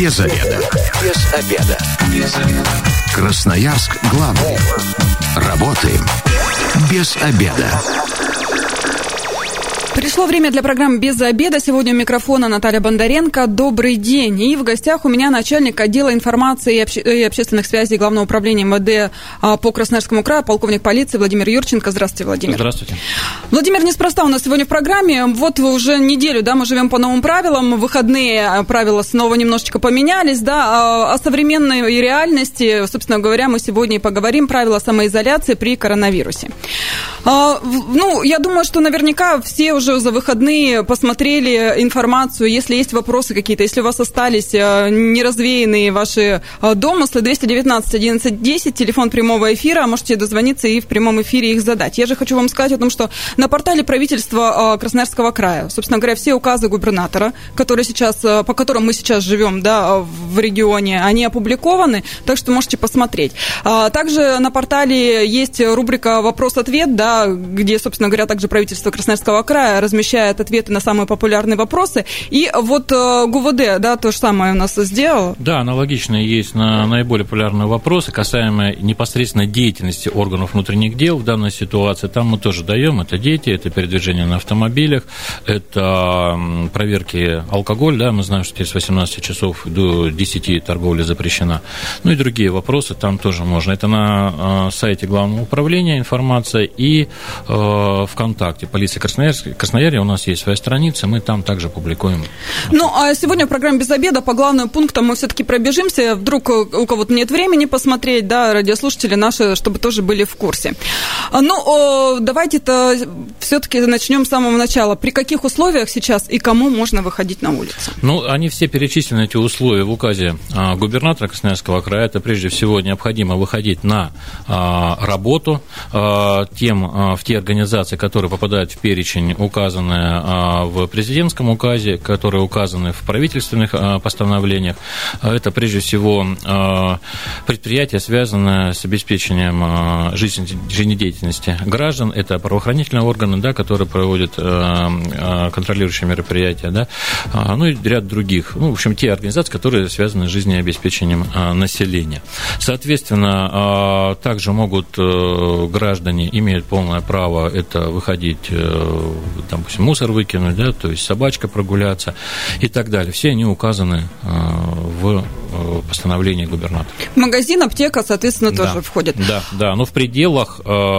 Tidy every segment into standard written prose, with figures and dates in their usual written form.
Без обеда. Без обеда. Без обеда. Красноярск главный. Работаем без обеда. Пришло время для программы «Без обеда». Сегодня у микрофона Наталья Бондаренко. Добрый день. И в гостях у меня начальник отдела информации и общественных связей Главного управления МВД по Красноярскому краю, полковник полиции Владимир Юрченко. Здравствуйте, Владимир. Здравствуйте. Владимир, неспроста у нас сегодня в программе. Вот уже неделю, да, мы живем по новым правилам. В выходные правила снова немножечко поменялись, да. О современной реальности, собственно говоря, мы сегодня и поговорим. Правила самоизоляции при коронавирусе. Я думаю, что наверняка все уже за выходные посмотрели информацию, если есть вопросы какие-то, если у вас остались неразвеянные ваши домыслы, 219-11-10, телефон прямого эфира, можете дозвониться и в прямом эфире их задать. Я же хочу вам сказать о том, что на портале правительства Красноярского края, собственно говоря, все указы губернатора, по которым мы сейчас живем, да, в регионе, они опубликованы, так что можете посмотреть. Также на портале есть рубрика «Вопрос-ответ», да, где, собственно говоря, также правительство Красноярского края размещает ответы на самые популярные вопросы. И вот ГУВД, да, то же самое у нас сделал. Да, аналогично есть на наиболее популярные вопросы, касаемые непосредственно деятельности органов внутренних дел в данной ситуации. Там мы тоже даем. Это дети, это передвижение на автомобилях, это проверки алкоголя. Да, мы знаем, что с 18 часов до 10 торговля запрещена. Ну и другие вопросы там тоже можно. Это на сайте Главного управления информация и ВКонтакте. Полиция Красноярья, у нас есть своя страница, мы там также публикуем. Ну, а сегодня в программе «Без обеда» по главным пунктам мы все-таки пробежимся. Вдруг у кого-то нет времени посмотреть, да, радиослушатели наши, чтобы тоже были в курсе. Ну, давайте-то все-таки начнем с самого начала. При каких условиях сейчас и кому можно выходить на улицу? Ну, они все перечислены, эти условия, в указе губернатора Красноярского края. Это, прежде всего, необходимо выходить на работу в те организации, которые попадают в перечень, указанные в президентском указе, которые указаны в правительственных постановлениях. Это, прежде всего, предприятия, связанные с обеспечением жизнедеятельности граждан. Это правоохранительные органы, да, которые проводят контролирующие мероприятия, да, ну и ряд других. Ну, в общем, те организации, которые связаны с жизнеобеспечением населения. Соответственно, также могут граждане, имеют полное право это выходить, допустим, мусор выкинуть, да, то есть собачка прогуляться и так далее. Все они указаны в постановлении губернатора. Магазин, аптека, соответственно, тоже входит. Да, но в пределах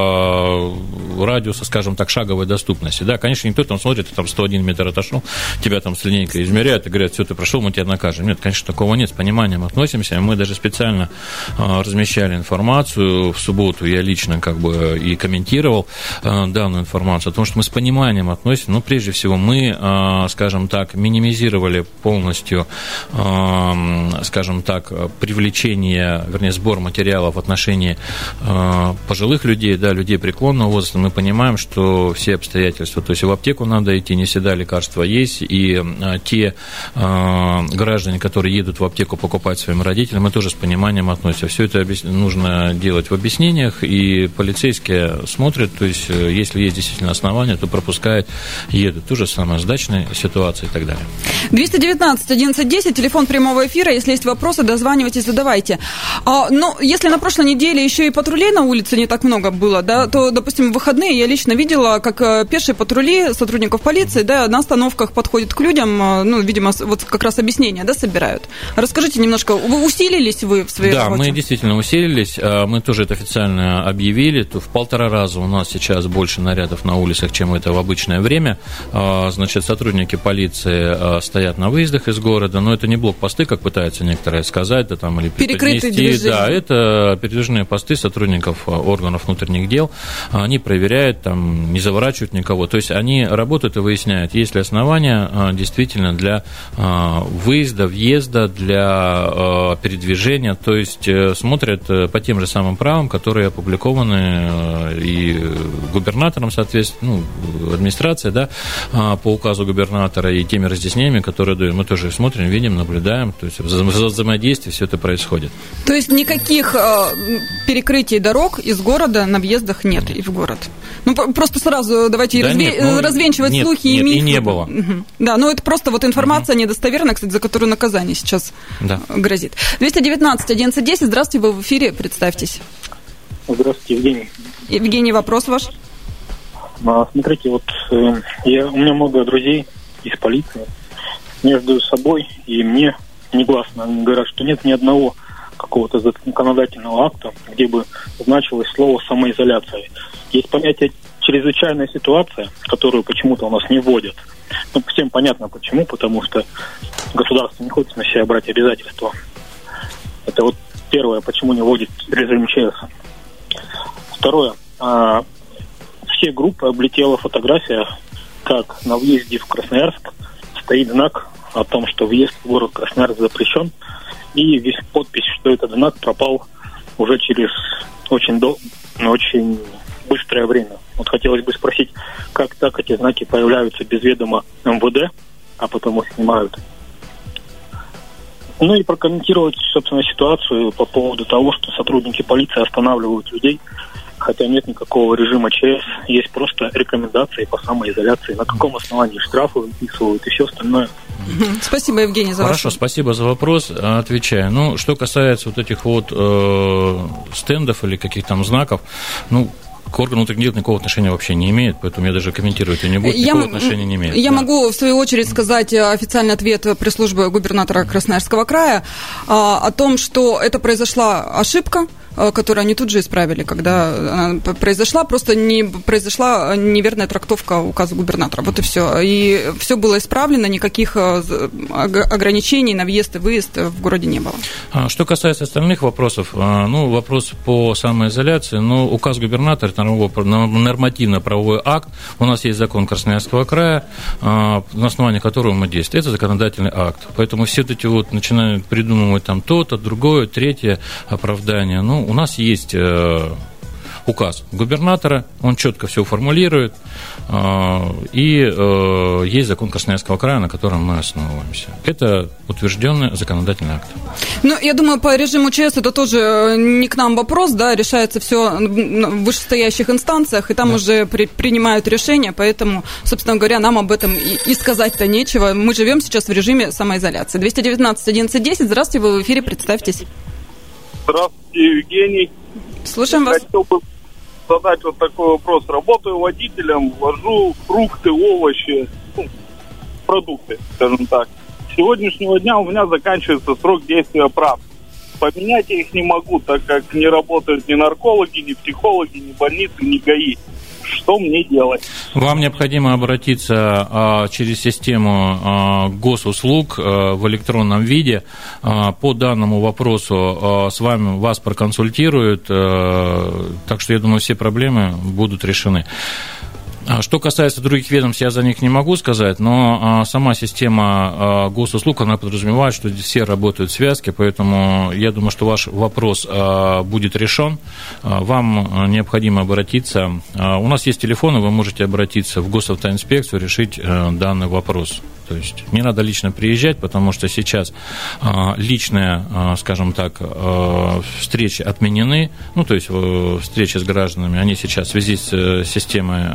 радиуса, скажем так, шаговой доступности. Да, конечно, никто там смотрит, ты там 101 метр отошел, тебя там с линейкой измеряют и говорят, все, ты прошел, мы тебя накажем. Нет, конечно, такого нет, с пониманием относимся. Мы даже специально размещали информацию. В субботу я лично и комментировал данную информацию о том, что мы с пониманием относимся. Но прежде всего мы, скажем так, минимизировали полностью, скажем так, привлечение, вернее, сбор материалов в отношении пожилых людей, да, людей преклонного возраста. Мы понимаем, что все обстоятельства, то есть в аптеку надо идти, не всегда лекарства есть, и те граждане, которые едут в аптеку покупать своим родителям, мы тоже с пониманием относимся. Все это нужно делать в объяснениях, и полицейские смотрят, то есть если есть действительно основания, то пропускают, едут. То же самое с дачной ситуацией и так далее. 219-11-10, телефон прямого эфира. Если есть вопросы, дозванивайтесь, задавайте. Но если на прошлой неделе еще и патрулей на улице не так много было, да, то, допустим, в выходные я лично видела, как пешие патрули сотрудников полиции, да, на остановках подходят к людям, ну, видимо, вот как раз объяснения, да, собирают. Расскажите немножко, усилились вы в своей работе? Да, мы действительно усилились, мы тоже это официально объявили, то в 1,5 раза у нас сейчас больше нарядов на улицах, чем это в обычное время. Значит, сотрудники полиции стоят на выездах из города, но это не блокпосты, как пытаются некоторые сказать, да, там, или перекрытые движения. Да, это передвижные посты сотрудников органов внутренних дел, они проверяют, там, не заворачивают никого, то есть они работают и выясняют, есть ли основания действительно для выезда, въезда, для передвижения, то есть смотрят по тем же самым правилам, которые опубликованы и губернатором, соответственно, администрация, да, по указу губернатора и теми разъяснениями, которые даем. Мы тоже смотрим, видим, наблюдаем, то есть взаимодействуем взаимодействии все это происходит. То есть никаких перекрытий дорог из города на въездах нет и в город? Ну, просто сразу давайте развенчивать слухи и мифы. И не было. Угу. Да, это просто информация недостоверная, кстати, за которую наказание сейчас грозит. 219-11-10, здравствуйте, вы в эфире, представьтесь. Здравствуйте, Евгений. Евгений, вопрос ваш? Смотрите, у меня много друзей из полиции. Между собой и мне негласно они говорят, что нет ни одного какого-то законодательного акта, где бы значилось слово «самоизоляция». Есть понятие «чрезвычайная ситуация», которую почему-то у нас не вводят. Всем понятно почему, потому что государство не хочет на себя брать обязательства. Это первое, почему не вводит режим ЧС. Второе. Все группы облетела фотография, как на въезде в Красноярск стоит знак о том, что въезд в город Красноярск запрещен, и весь подпись, что этот знак пропал уже через очень быстрое время. Хотелось бы спросить, как так эти знаки появляются без ведома МВД, а потом их снимают. И прокомментировать, собственно, ситуацию по поводу того, что сотрудники полиции останавливают людей, хотя нет никакого режима ЧС, есть просто рекомендации по самоизоляции, на каком основании штрафы выписывают и все остальное. Спасибо, Евгений, за Хорошо, спасибо за вопрос, отвечаю. Что касается этих стендов или каких-то там знаков, к органу нет никакого отношения вообще не имеет, поэтому я даже комментировать и не буду, никакого отношения не имеет. Я могу, в свою очередь, сказать официальный ответ пресс-службы губернатора Красноярского края о том, что это произошла ошибка, которую они тут же исправили, когда она произошла, просто не произошла неверная трактовка указа губернатора. Вот и все. И все было исправлено, никаких ограничений на въезд и выезд в городе не было. Что касается остальных вопросов, вопрос по самоизоляции, указ губернатора, это нормативно-правовой акт, у нас есть закон Красноярского края, на основании которого мы действуем. Это законодательный акт. Поэтому все эти начинают придумывать то-то, другое, третье оправдание. У нас есть указ губернатора, он четко все формулирует, и есть закон Красноярского края, на котором мы основываемся. Это утвержденный законодательный акт. Я думаю, по режиму ЧС это тоже не к нам вопрос, решается все в вышестоящих инстанциях, и там уже принимают решения, поэтому, собственно говоря, нам об этом и сказать-то нечего. Мы живем сейчас в режиме самоизоляции. 219-11-10, здравствуйте, вы в эфире, представьтесь. Здравствуйте, Евгений. Слушаем вас. Хотел бы задать такой вопрос. Работаю водителем, вожу фрукты, овощи, продукты, скажем так. С сегодняшнего дня у меня заканчивается срок действия прав. Поменять я их не могу, так как не работают ни наркологи, ни психологи, ни больницы, ни ГАИ. Что мне делать? Вам необходимо обратиться через систему госуслуг в электронном виде. По данному вопросу вас проконсультируют, так что я думаю, все проблемы будут решены. Что касается других ведомств, я за них не могу сказать, но сама система госуслуг, она подразумевает, что все работают в связке, поэтому я думаю, что ваш вопрос будет решен. Вам необходимо обратиться. У нас есть телефоны, вы можете обратиться в госавтоинспекцию, решить данный вопрос. То есть не надо лично приезжать, потому что сейчас личные, скажем так, встречи отменены, то есть встречи с гражданами, они сейчас в связи с системой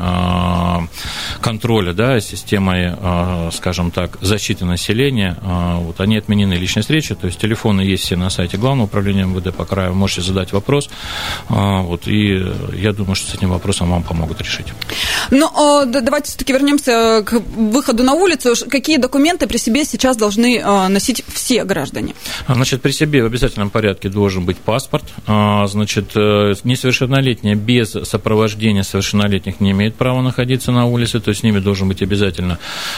контроля, системой, скажем так, защиты населения, они отменены, личные встречи, то есть телефоны есть все на сайте Главного управления МВД по краю, можете задать вопрос, и я думаю, что с этим вопросом вам помогут решить. Давайте все-таки вернемся к выходу на улицу. Какие документы при себе сейчас должны носить все граждане? При себе в обязательном порядке должен быть паспорт. Несовершеннолетние без сопровождения совершеннолетних не имеют права находиться на улице, то есть с ними должен быть обязательно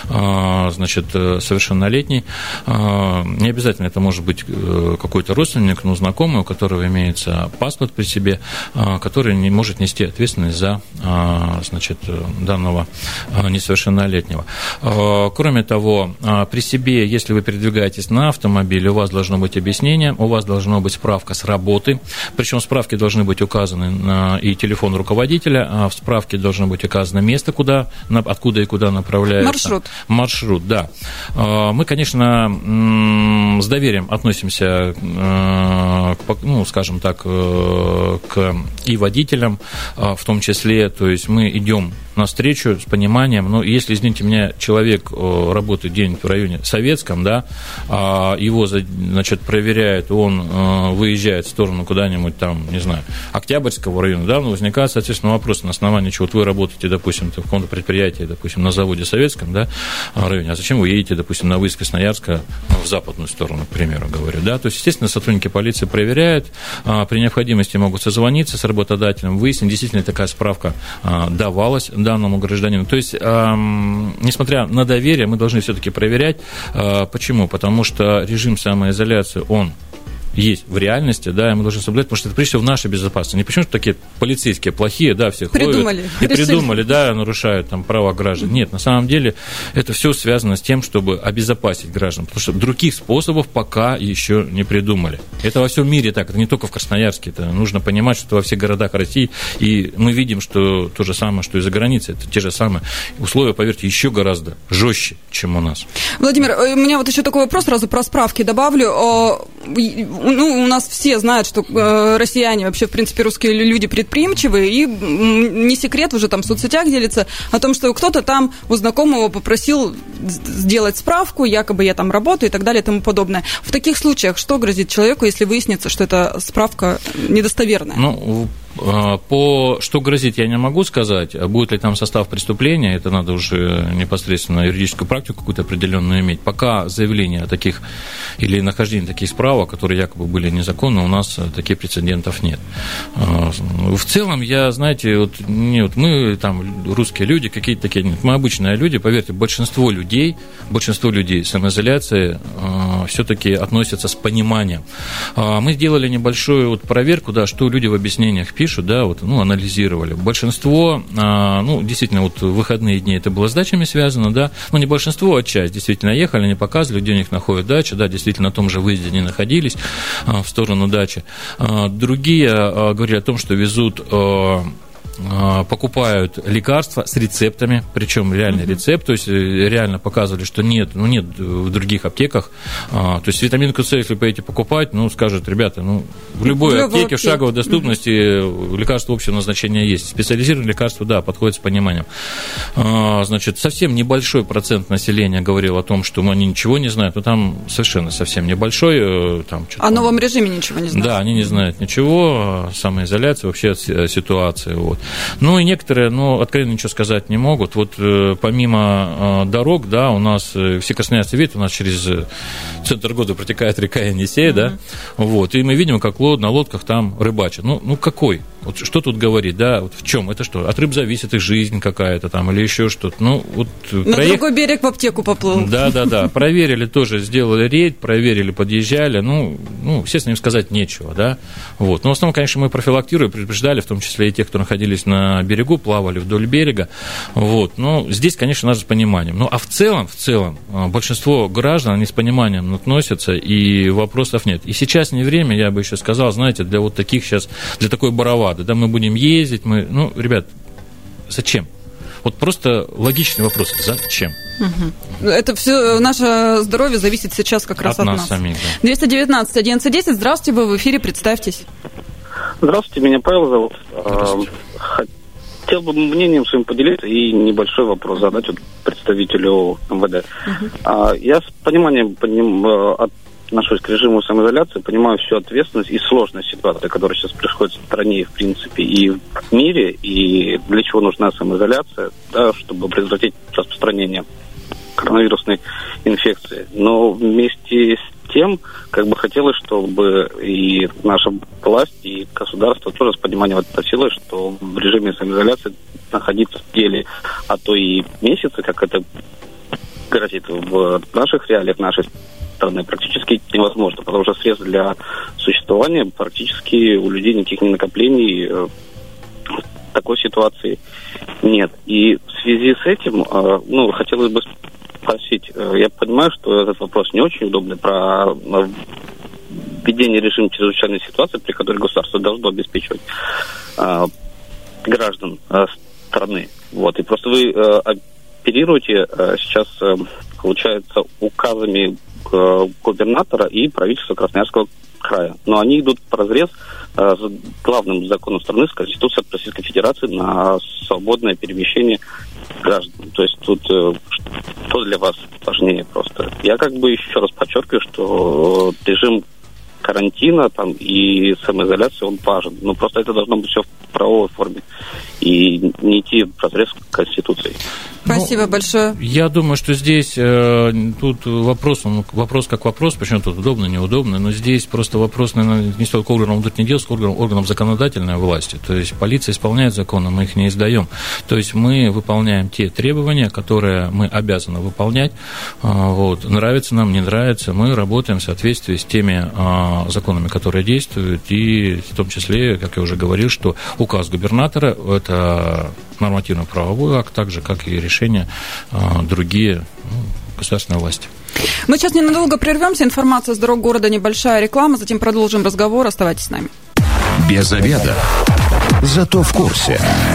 совершеннолетний. Не обязательно это может быть какой-то родственник, но знакомый, у которого имеется паспорт при себе, который не может нести ответственность за данного несовершеннолетнего. Кроме того, при себе, если вы передвигаетесь на автомобиле, у вас должно быть объяснение, у вас должна быть справка с работы, причем в справке должны быть указаны и телефон руководителя, а в справке должны быть указаны место, откуда и куда направляется. Маршрут, да. Мы, конечно, с доверием относимся, скажем так, к и водителям в том числе, то есть мы идем навстречу с пониманием, но если, извините меня, человек работает где-нибудь в районе Советском, да, его, значит, проверяют, он выезжает в сторону куда-нибудь там, не знаю, Октябрьского района, да, возникает, соответственно, вопрос, на основании чего вот вы работаете, допустим, в каком-то предприятии, допустим, на заводе Советском, да, районе, а зачем вы едете, допустим, на выезд Красноярска в западную сторону, к примеру, говорю, да, то есть, естественно, сотрудники полиции проверяют, при необходимости могут созвониться с работодателем, выяснить, действительно такая справка давалась данному гражданину. То есть, несмотря на доверие, мы должны все-таки проверять. Почему? Потому что режим самоизоляции, он есть в реальности, да, и мы должны соблюдать, потому что это, прежде всего, в нашей безопасности. Не почему, что такие полицейские плохие, да, всех придумали, да, нарушают там права граждан. Нет, на самом деле это все связано с тем, чтобы обезопасить граждан, потому что других способов пока еще не придумали. Это во всем мире так, это не только в Красноярске, это нужно понимать, что это во всех городах России, и мы видим, что то же самое, что и за границей, это те же самые условия, поверьте, еще гораздо жестче, чем у нас. Владимир, у меня вот еще такой вопрос, сразу про справки добавлю. У нас все знают, что россияне, вообще, в принципе, русские люди предприимчивые, и не секрет, уже там в соцсетях делится о том, что кто-то там у знакомого попросил сделать справку, якобы я там работаю и так далее и тому подобное. В таких случаях что грозит человеку, если выяснится, что эта справка недостоверная? Что грозит, я не могу сказать. Будет ли там состав преступления, это надо уже непосредственно юридическую практику какую-то определенную иметь. Пока заявления о таких или нахождение таких справок, которые якобы были незаконны, у нас таких прецедентов нет. В целом, знаете, мы там русские люди, какие-то такие, нет, мы обычные люди, поверьте, большинство людей самоизоляции все-таки относятся с пониманием. Мы сделали небольшую проверку, да, что люди в объяснениях пишут, да, анализировали. Большинство, действительно, в выходные дни это было с дачами связано, да, не большинство, а часть действительно ехали, они показывали, где у них находят дачи, да, действительно на том же выезде не находились в сторону дачи. Другие говорили о том, что везут, покупают лекарства с рецептами, причем реальный рецепт, то есть реально показывали, что нет в других аптеках, то есть витаминку С, если поедете покупать, скажут, ребята, в любой аптеке в шаговой доступности лекарства общего назначения есть, специализированные лекарства, да, подходят с пониманием. Значит, совсем небольшой процент населения говорил о том, что они ничего не знают, но там совершенно совсем небольшой. О новом режиме ничего не знают. Да, они не знают ничего, самоизоляции, вообще ситуации, и некоторые, откровенно ничего сказать не могут. Помимо дорог, да, у нас, все красноярцы видят, у нас через центр города протекает река Енисей, да, и мы видим, как на лодках там рыбачат. Какой? Что тут говорить, да, в чем? Это что? От рыб зависит их жизнь какая-то там или еще что-то. На другой берег в аптеку поплыл. Да, проверили тоже, сделали рейд, проверили, подъезжали, естественно, им сказать нечего, да, Но в основном, конечно, мы профилактируем, предупреждали, в том числе и тех, кто находились на берегу, плавали вдоль берега, Но здесь, конечно, надо с пониманием. А в целом, большинство граждан, они с пониманием относятся, и вопросов нет. И сейчас не время, я бы еще сказал, знаете, для таких сейчас, для такой бравады, да, мы будем ездить, ребят, зачем? Просто логичный вопрос, зачем? Это все, наше здоровье зависит сейчас как раз от нас. Самих, да. 219-11-10, здравствуйте, вы в эфире, представьтесь. Здравствуйте, меня Павел зовут. Хотел бы мнением своим поделиться и небольшой вопрос задать представителю МВД. Я с пониманием отношусь к режиму самоизоляции, понимаю всю ответственность и сложность ситуации, которая сейчас происходит в стране, в принципе, и в мире, и для чего нужна самоизоляция, да, чтобы предотвратить распространение коронавирусной инфекции. Но вместе с тем, хотелось, чтобы и наша власть, и государство тоже с пониманием относилось, что в режиме самоизоляции находиться в деле, а то и месяцы, как это грозит в наших реалиях, нашей страны, практически невозможно, потому что средств для существования практически у людей никаких накоплений в такой ситуации нет. И в связи с этим, хотелось бы спросить, я понимаю, что этот вопрос не очень удобный, про введение режима чрезвычайной ситуации, при которой государство должно обеспечивать граждан страны. Вот, и просто вы оперируете сейчас, получается, указами губернатора и правительства Красноярского края. Но они идут вразрез с главным законом страны, с Конституцией Российской Федерации на свободное перемещение граждан. То есть тут что для вас важнее просто? Я еще раз подчеркиваю, что режим карантина там и самоизоляции, он важен. Но просто это должно быть все в правовой форме и не идти вразрез к Конституции. Спасибо большое. Я думаю, что здесь тут вопрос как вопрос, почему тут удобно, неудобно, но здесь просто вопрос, наверное, не столько органов внутренних дел, сколько органов законодательной власти. То есть полиция исполняет законы, мы их не издаем. То есть мы выполняем те требования, которые мы обязаны выполнять. Вот. Нравится нам, не нравится, мы работаем в соответствии с теми законами, которые действуют, и в том числе, как я уже говорил, что указ губернатора – это нормативно-правовой акт, так же, как и решения другие государственной власти. Мы сейчас ненадолго прервемся. Информация с дорог города, небольшая реклама, затем продолжим разговор. Оставайтесь с нами. Без обеда. Зато в курсе.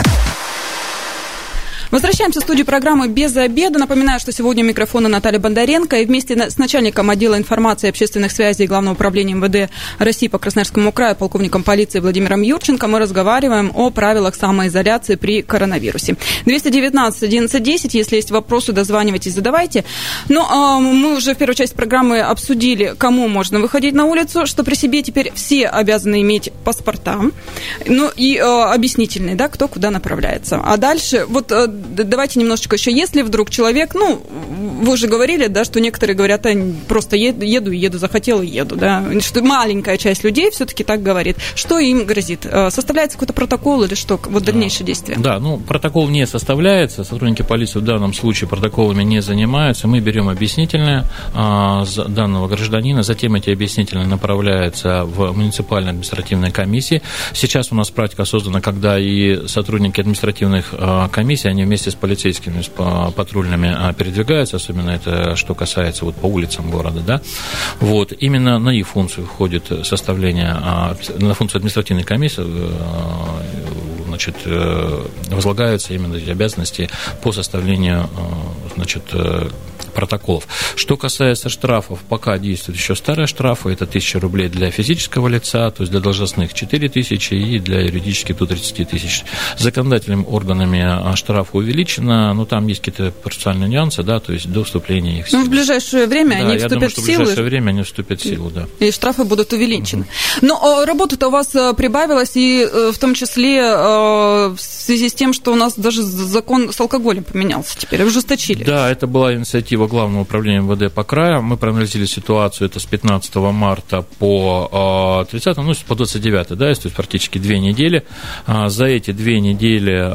Возвращаемся в студию программы «Без обеда». Напоминаю, что сегодня у микрофона Наталья Бондаренко. И вместе с начальником отдела информации и общественных связей Главного управления МВД России по Красноярскому краю, полковником полиции Владимиром Юрченко, мы разговариваем о правилах самоизоляции при коронавирусе. 219-11-10. Если есть вопросы, дозванивайтесь, задавайте. Но мы уже в первой части программы обсудили, кому можно выходить на улицу, что при себе теперь все обязаны иметь паспорта. Ну и объяснительные, да, кто куда направляется. А дальше, вот давайте немножечко еще, если вдруг человек, вы уже говорили, да, что некоторые говорят, просто еду, захотел и еду, да, что маленькая часть людей все-таки так говорит. Что им грозит? Составляется какой-то протокол или что? Вот дальнейшие действия? Да, протокол не составляется, сотрудники полиции в данном случае протоколами не занимаются, мы берем объяснительное данного гражданина, затем эти объяснительные направляются в муниципальные административные комиссии. Сейчас у нас практика создана, когда и сотрудники административных комиссий, они вместе с полицейскими, с патрульными передвигаются, особенно это что касается по улицам города, да, вот, именно на их функцию входит составление, на функцию административной комиссии, возлагаются именно эти обязанности по составлению, протоколов. Что касается штрафов, пока действуют еще старые штрафы, это 1000 рублей для физического лица, то есть для должностных 4000 и для юридических до 30 тысяч. Законодательными органами штраф увеличено, но там есть какие-то процессуальные нюансы, да, то есть до вступления их в силу. В ближайшее время они вступят в силу. В ближайшее время они вступят в силу, да. И штрафы будут увеличены. Но работа-то у вас прибавилась, и в том числе в связи с тем, что у нас даже закон с алкоголем поменялся теперь, ужесточили. Да, это была инициатива Главного управления МВД по краю. Мы проанализировали ситуацию, это с 15 марта по 30, по 29, да, то есть практически 2 недели. За эти 2 недели,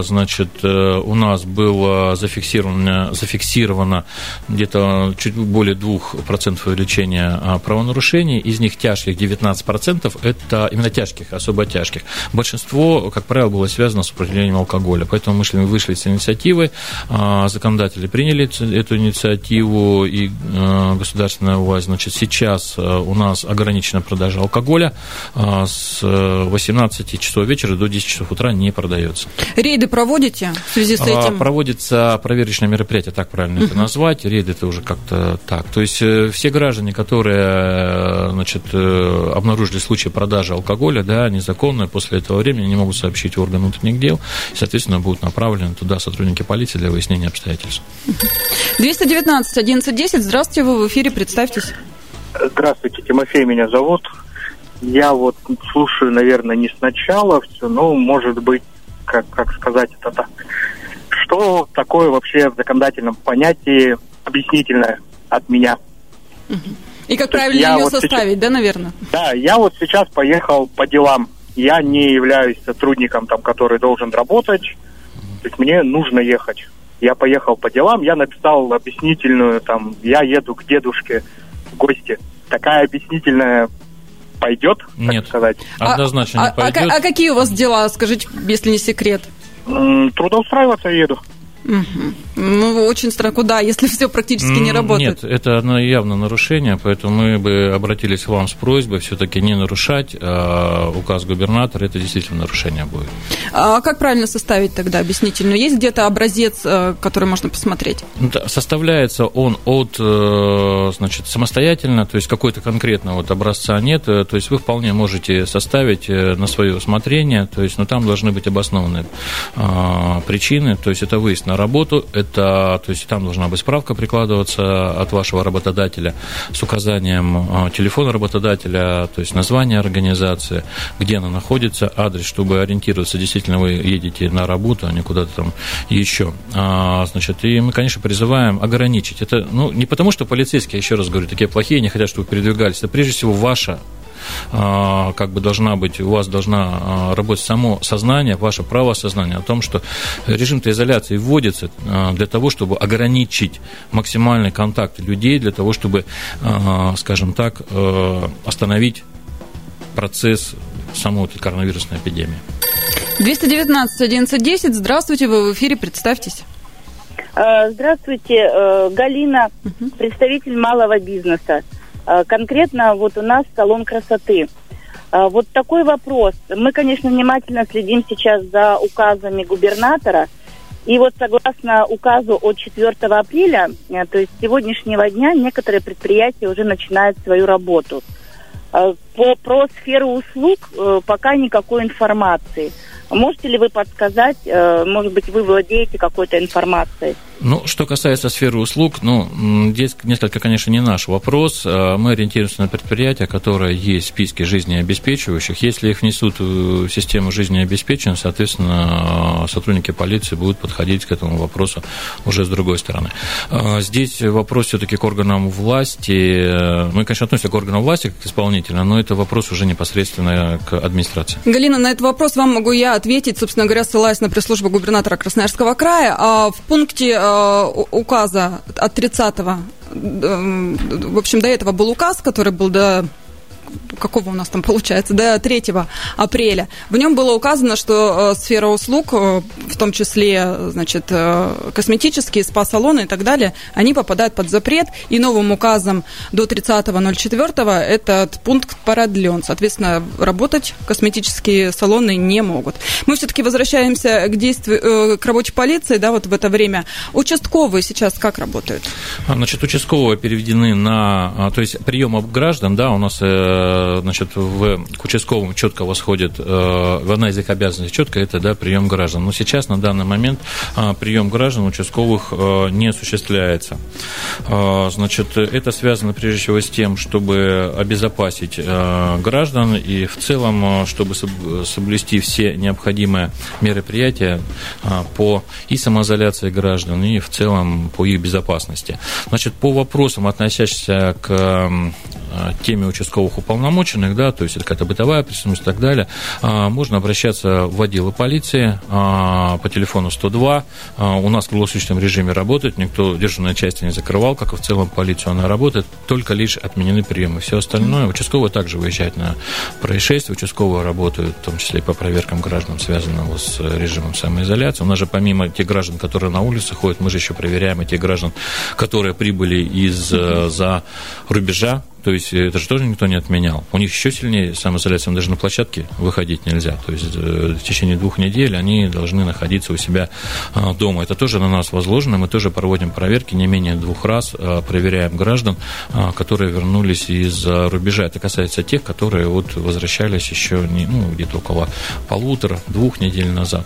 у нас было зафиксировано где-то чуть более 2% увеличения правонарушений, из них тяжких 19%, это именно тяжких, особо тяжких. Большинство, как правило, было связано с употреблением алкоголя, поэтому мы вышли с инициативой, законодатели приняли эту инициативу, и государственная власть. Сейчас у нас ограничена продажа алкоголя, с 18 часов вечера до 10 часов утра не продается. Рейды проводите в связи с этим? Проводится проверочное мероприятие, так правильно это назвать. Рейды это уже как-то так. То есть все граждане, которые обнаружили случай продажи алкоголя, да, незаконно, после этого времени не могут сообщить в органы внутренних дел, и, соответственно, будут направлены туда сотрудники полиции для выяснения обстоятельств. 219-11-10. Здравствуйте, вы в эфире, представьтесь. Здравствуйте, Тимофей меня зовут. Я слушаю, наверное, не сначала все, но, может быть, как сказать это так. Что такое вообще в законодательном понятии объяснительное от меня? И как правильно ее составить, да, наверное? Да, я сейчас поехал по делам. Я не являюсь сотрудником, который должен работать. То есть мне нужно ехать. Я поехал по делам, я написал объяснительную, я еду к дедушке в гости. Такая объяснительная пойдет, Нет, сказать? Однозначно не пойдет. А какие у вас дела, скажите, если не секрет? Трудоустраиваться еду. Угу. Ну, очень странно, да, если все практически не работает. Нет, это явно нарушение, поэтому мы бы обратились к вам с просьбой все-таки не нарушать указ губернатора, это действительно нарушение будет. А как правильно составить тогда объяснительную? Есть где-то образец, который можно посмотреть? Составляется он самостоятельно, то есть какой-то конкретного образца нет, то есть вы вполне можете составить на свое усмотрение, то есть, но там должны быть обоснованные причины, то есть это выезд на работу, то есть там должна быть справка прикладываться от вашего работодателя с указанием телефона работодателя, то есть название организации, где она находится, адрес, чтобы ориентироваться, действительно вы едете на работу, а не куда-то там еще. И мы, конечно, призываем ограничить. Это не потому, что полицейские, еще раз говорю, такие плохие, не хотят, чтобы вы передвигались. Это прежде всего ваша должна быть, у вас должна работать само сознание, ваше правосознание о том, что режим изоляции вводится для того, чтобы ограничить максимальный контакт людей, для того, чтобы, скажем так, остановить процесс самой коронавирусной эпидемии. 219-11-10, здравствуйте, вы в эфире, представьтесь. Здравствуйте, Галина, представитель малого бизнеса. Конкретно вот у нас салон красоты. Вот такой вопрос. Мы, конечно, внимательно следим сейчас за указами губернатора. И вот согласно указу от 4 апреля, то есть с сегодняшнего дня, некоторые предприятия уже начинают свою работу. Про сферу услуг пока никакой информации. Можете ли вы подсказать, может быть, вы владеете какой-то информацией? Что касается сферы услуг, здесь несколько, конечно, не наш вопрос. Мы ориентируемся на предприятия, которые есть в списке жизнеобеспечивающих. Если их внесут в систему жизнеобеспечения, соответственно, сотрудники полиции будут подходить к этому вопросу уже с другой стороны. Здесь вопрос все-таки к органам власти. Мы, конечно, относимся к органам власти, как исполнителям, но это вопрос уже непосредственно к администрации. Галина, на этот вопрос вам могу я ответить, собственно говоря, ссылаясь на пресс-службу губернатора Красноярского края. В пункте указа от 30-го, в общем, до этого был указ, который был до... Какого у нас там получается? До 3 апреля. В нем было указано, что сфера услуг, в том числе, косметические, спа-салоны и так далее, они попадают под запрет, и новым указом до 30.04 этот пункт продлен. Соответственно, работать косметические салоны не могут. Мы все-таки возвращаемся к работе полиции, в это время. Участковые сейчас как работают? Участковые переведены то есть прием граждан, у нас к участковым четко восходит, одна из их обязанностей четко, это прием граждан. Но сейчас, на данный момент, прием граждан участковых не осуществляется. Это связано прежде всего с тем, чтобы обезопасить граждан и в целом, чтобы соблюсти все необходимые мероприятия по и самоизоляции граждан, и в целом по их безопасности. По вопросам, относящимся к теме участковых уполномоченных, то есть это какая-то бытовая преступность и так далее, можно обращаться в отделы полиции по телефону 102. У нас в круглосуточном режиме работает, никто дежурные части не закрывал, как и в целом полицию она работает, только лишь отменены приемы. Все остальное, участковые также выезжают на происшествия, участковые работают, в том числе и по проверкам граждан, связанным с режимом самоизоляции. У нас же помимо тех граждан, которые на улице ходят, мы же еще проверяем и тех граждан, которые прибыли из-за рубежа. То есть это же тоже никто не отменял. У них еще сильнее самоизоляция, даже на площадке выходить нельзя. То есть в течение 2 недель они должны находиться у себя дома. Это тоже на нас возложено. Мы тоже проводим проверки не менее 2 раз, проверяем граждан, которые вернулись из-за рубежа. Это касается тех, которые возвращались еще где-то около 1,5-2 недель назад.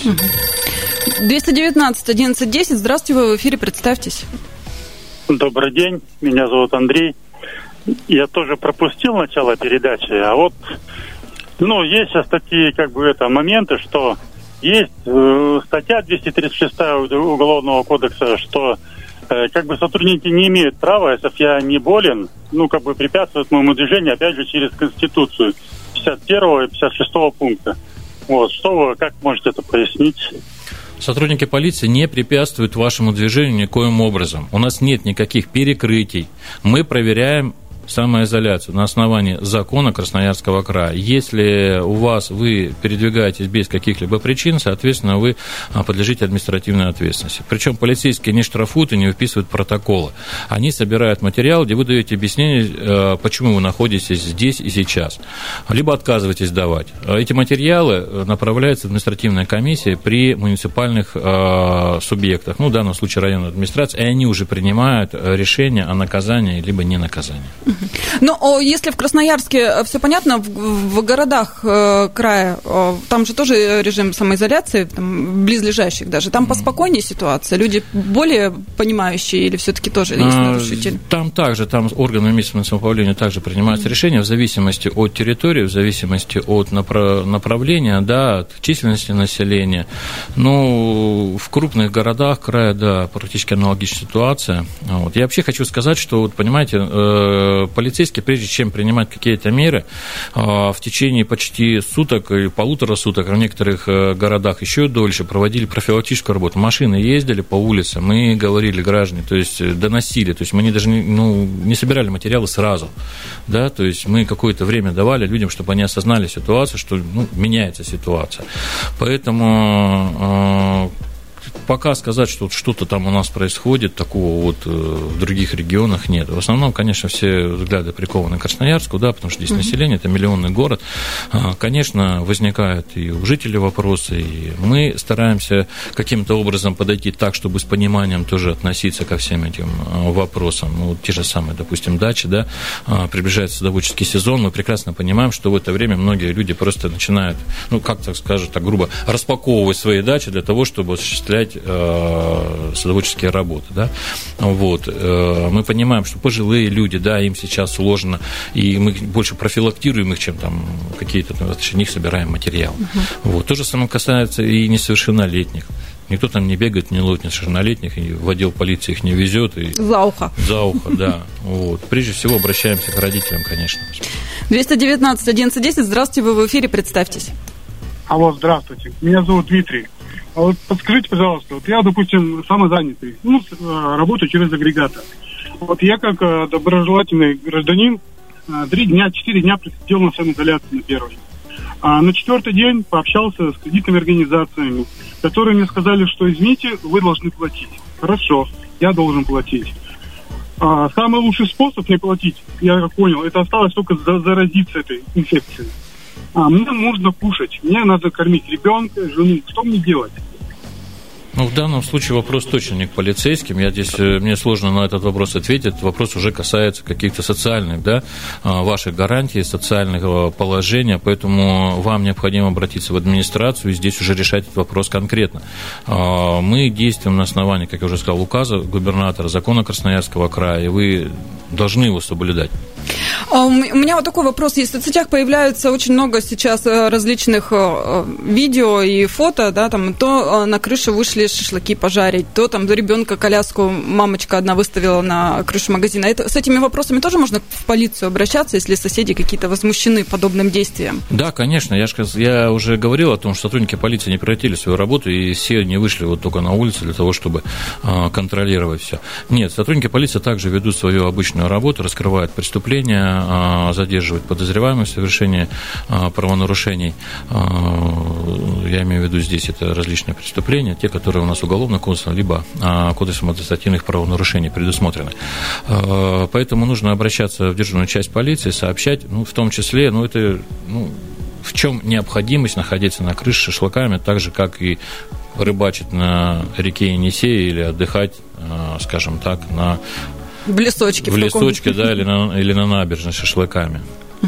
219-11-10. Здравствуйте, вы в эфире, представьтесь. Добрый день, меня зовут Андрей. Я тоже пропустил начало передачи, есть сейчас такие моменты, что есть статья 236 Уголовного кодекса, что сотрудники не имеют права, если я не болен, препятствовать моему движению, опять же, через Конституцию 51 и 56 пункта. Что вы, как можете это пояснить? Сотрудники полиции не препятствуют вашему движению никоим образом. У нас нет никаких перекрытий. Мы проверяем самоизоляцию на основании закона Красноярского края. Если вы передвигаетесь без каких-либо причин, соответственно, вы подлежите административной ответственности. Причем полицейские не штрафуют и не выписывают протоколы. Они собирают материал, где вы даете объяснение, почему вы находитесь здесь и сейчас. Либо отказываетесь давать. Эти материалы направляются в административная комиссия при муниципальных субъектах, в данном случае районной администрации, и они уже принимают решение о наказании либо не наказании. Но если в Красноярске все понятно, в городах края, там же тоже режим самоизоляции, там, близлежащих даже, там поспокойнее ситуация, люди более понимающие или все-таки тоже есть нарушители? Там органы местного самоуправления также принимаются решения в зависимости от территории, в зависимости от направления, от численности населения. В крупных городах края, практически аналогичная ситуация. Я вообще хочу сказать, что, понимаете, полицейские, прежде чем принимать какие-то меры, в течение почти суток или полутора суток, в некоторых городах еще дольше, проводили профилактическую работу. Машины ездили по улицам, мы говорили граждане, то есть доносили, то есть мы даже не собирали материалы сразу, то есть мы какое-то время давали людям, чтобы они осознали ситуацию, что меняется ситуация. Поэтому пока сказать, что что-то там у нас происходит, такого в других регионах нет. В основном, конечно, все взгляды прикованы к Красноярску, потому что здесь население, это миллионный город. Конечно, возникают и у жителей вопросы, и мы стараемся каким-то образом подойти так, чтобы с пониманием тоже относиться ко всем этим вопросам. Те же самые, допустим, дачи, приближается садоводческий сезон, мы прекрасно понимаем, что в это время многие люди просто начинают, так грубо, распаковывать свои дачи для того, чтобы осуществлять садоводческие работы. Мы понимаем, что пожилые люди, им сейчас сложно, и мы больше профилактируем их, чем какие-то, от них собираем материал. То же самое касается и несовершеннолетних. Никто там не бегает, не ловит несовершеннолетних, и в отдел полиции их не везет. За ухо. За ухо, да. Прежде всего обращаемся к родителям, конечно. 219-11-10, здравствуйте, вы в эфире, представьтесь. Алло, здравствуйте, меня зовут Дмитрий. Подскажите, пожалуйста, я, допустим, самозанятый, работаю через агрегатор. Я как доброжелательный гражданин 4 дня просидел на самоизоляции на первый. А на 4-й день пообщался с кредитными организациями, которые мне сказали, что, извините, вы должны платить. Хорошо, я должен платить. Самый лучший способ не платить, я как понял, это осталось только заразиться этой инфекцией. Мне нужно кушать, мне надо кормить ребенка, жену. Что мне делать? В данном случае вопрос точно не к полицейским. Мне сложно на этот вопрос ответить. Этот вопрос уже касается каких-то социальных, ваших гарантий, социального положения, поэтому вам необходимо обратиться в администрацию и здесь уже решать этот вопрос конкретно. Мы действуем на основании, как я уже сказал, указа губернатора, закона Красноярского края, и вы должны его соблюдать. У меня такой вопрос есть. В соцсетях появляется очень много сейчас различных видео и фото, то на крыше вышли шашлыки пожарить, то ребенка коляску мамочка одна выставила на крышу магазина. С этими вопросами тоже можно в полицию обращаться, если соседи какие-то возмущены подобным действием? Да, конечно. Я уже говорил о том, что сотрудники полиции не прекратили свою работу, и все не вышли только на улицу для того, чтобы контролировать все. Нет, сотрудники полиции также ведут свою обычную работу, раскрывают преступления, задерживают подозреваемых в совершении правонарушений. Я имею в виду здесь это различные преступления, те, которые у нас уголовным кодексом, либо кодексом административных правонарушений предусмотрены. Поэтому нужно обращаться в дежурную часть полиции, сообщать, в том числе, в чем необходимость находиться на крыше шашлыками, так же, как и рыбачить на реке Енисей или отдыхать, скажем так, в лесочке. Или на набережной с шашлыками.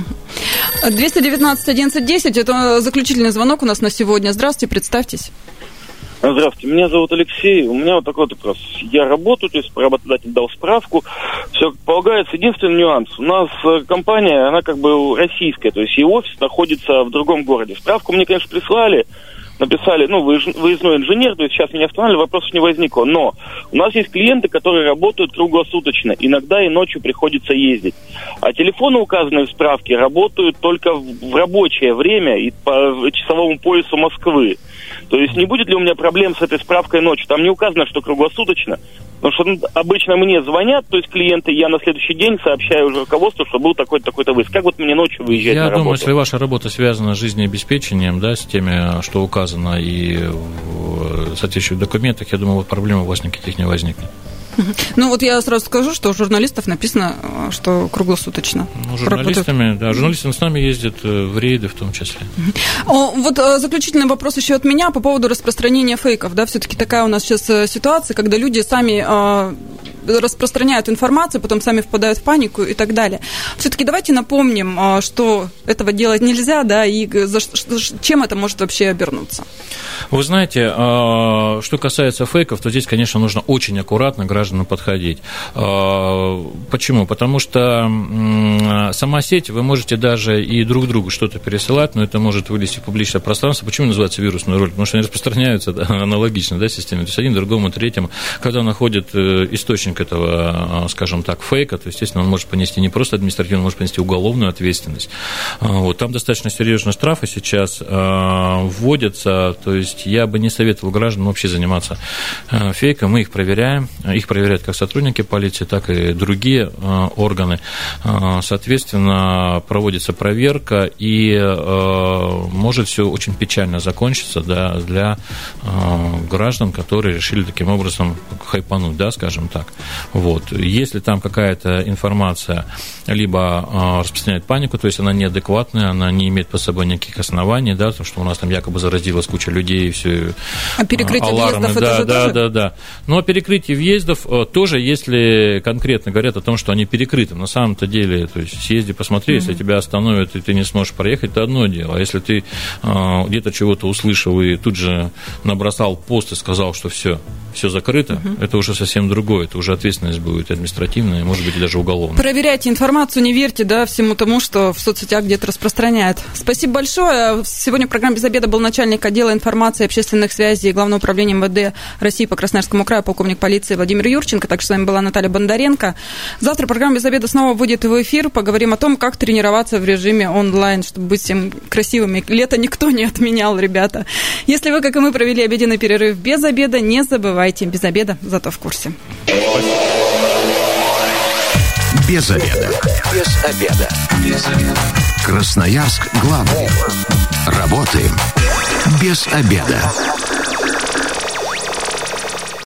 219-11-10, это заключительный звонок у нас на сегодня. Здравствуйте, представьтесь. Здравствуйте, меня зовут Алексей. У меня такой вопрос. Я работаю, то есть работодатель дал справку. Все полагается. Единственный нюанс. У нас компания, она российская, то есть и офис находится в другом городе. Справку мне, конечно, прислали. Написали, выездной инженер, то есть сейчас меня останавливали, вопросов не возникло. Но у нас есть клиенты, которые работают круглосуточно, иногда и ночью приходится ездить. А телефоны, указанные в справке, работают только в рабочее время и по часовому поясу Москвы. То есть не будет ли у меня проблем с этой справкой ночью? Там не указано, что круглосуточно. Потому что обычно мне звонят, то есть клиенты, я на следующий день сообщаю уже руководству, что был такой-то выезд. Как вот мне ночью выезжать на работу? Я думаю, если ваша работа связана с жизнеобеспечением, да, с теми, что указано и в соответствующих документах, я думаю, вот проблем у вас никаких не возникнет. Ну, вот я сразу скажу, что у журналистов написано, что круглосуточно. Ну, журналистами с нами ездят в рейды в том числе. Вот заключительный вопрос еще от меня по поводу распространения фейков. Да, все-таки такая у нас сейчас ситуация, когда люди сами распространяют информацию, потом сами впадают в панику и так далее. Все-таки давайте напомним, что этого делать нельзя, да, и чем это может вообще обернуться. Вы знаете, что касается фейков, то здесь, конечно, нужно очень аккуратно гражданам подходить. Почему? Потому что сама сеть, вы можете даже и друг другу что-то пересылать, но это может вылезти в публичное пространство. Почему называется вирусный ролик? Потому что они распространяются аналогично, да, системе. То есть один другому, третьему. Когда находит источник этого, скажем так, фейка, то, естественно, он может понести не просто административную, он может понести уголовную ответственность. Вот. Там достаточно серьезные штрафы сейчас вводятся, то есть я бы не советовал гражданам вообще заниматься фейком, мы их проверяем, их проверяют как сотрудники полиции, так и другие органы. Соответственно, проводится проверка, и может все очень печально закончиться, да, для граждан, которые решили таким образом хайпануть, да, скажем так. Вот. Если там какая-то информация либо распространяет панику, то есть она неадекватная, она не имеет под собой никаких оснований, да, то, что у нас там якобы заразилась куча людей, и все. А перекрытие алармы, въездов это же тоже? Да. Но перекрытие въездов тоже, если конкретно говорят о том, что они перекрыты. На самом-то деле, то есть съезди, посмотри, если тебя остановят, и ты не сможешь проехать, это одно дело. А если ты где-то чего-то услышал и тут же набросал пост и сказал, что все закрыто, это уже совсем другое. Это уже ответственность будет административная, может быть, и даже уголовная. Проверяйте информацию, не верьте, да, всему тому, что в соцсетях где-то распространяют. Спасибо большое. Сегодня в программе «Без обеда» был начальник отдела информации и общественных связей Главного управления МВД России по Красноярскому краю, полковник полиции Владимир Юрченко. Также с вами была Наталья Бондаренко. Завтра программа «Без обеда» снова выйдет в эфир. Поговорим о том, как тренироваться в режиме онлайн, чтобы быть всем красивыми. Лето никто не отменял, ребята. Если вы, как и мы, провели обеденный перерыв без обеда, не забывайте, без обеда, зато в курсе. Без обеда. Без обеда. Без обеда. Красноярск главный. Работаем без обеда.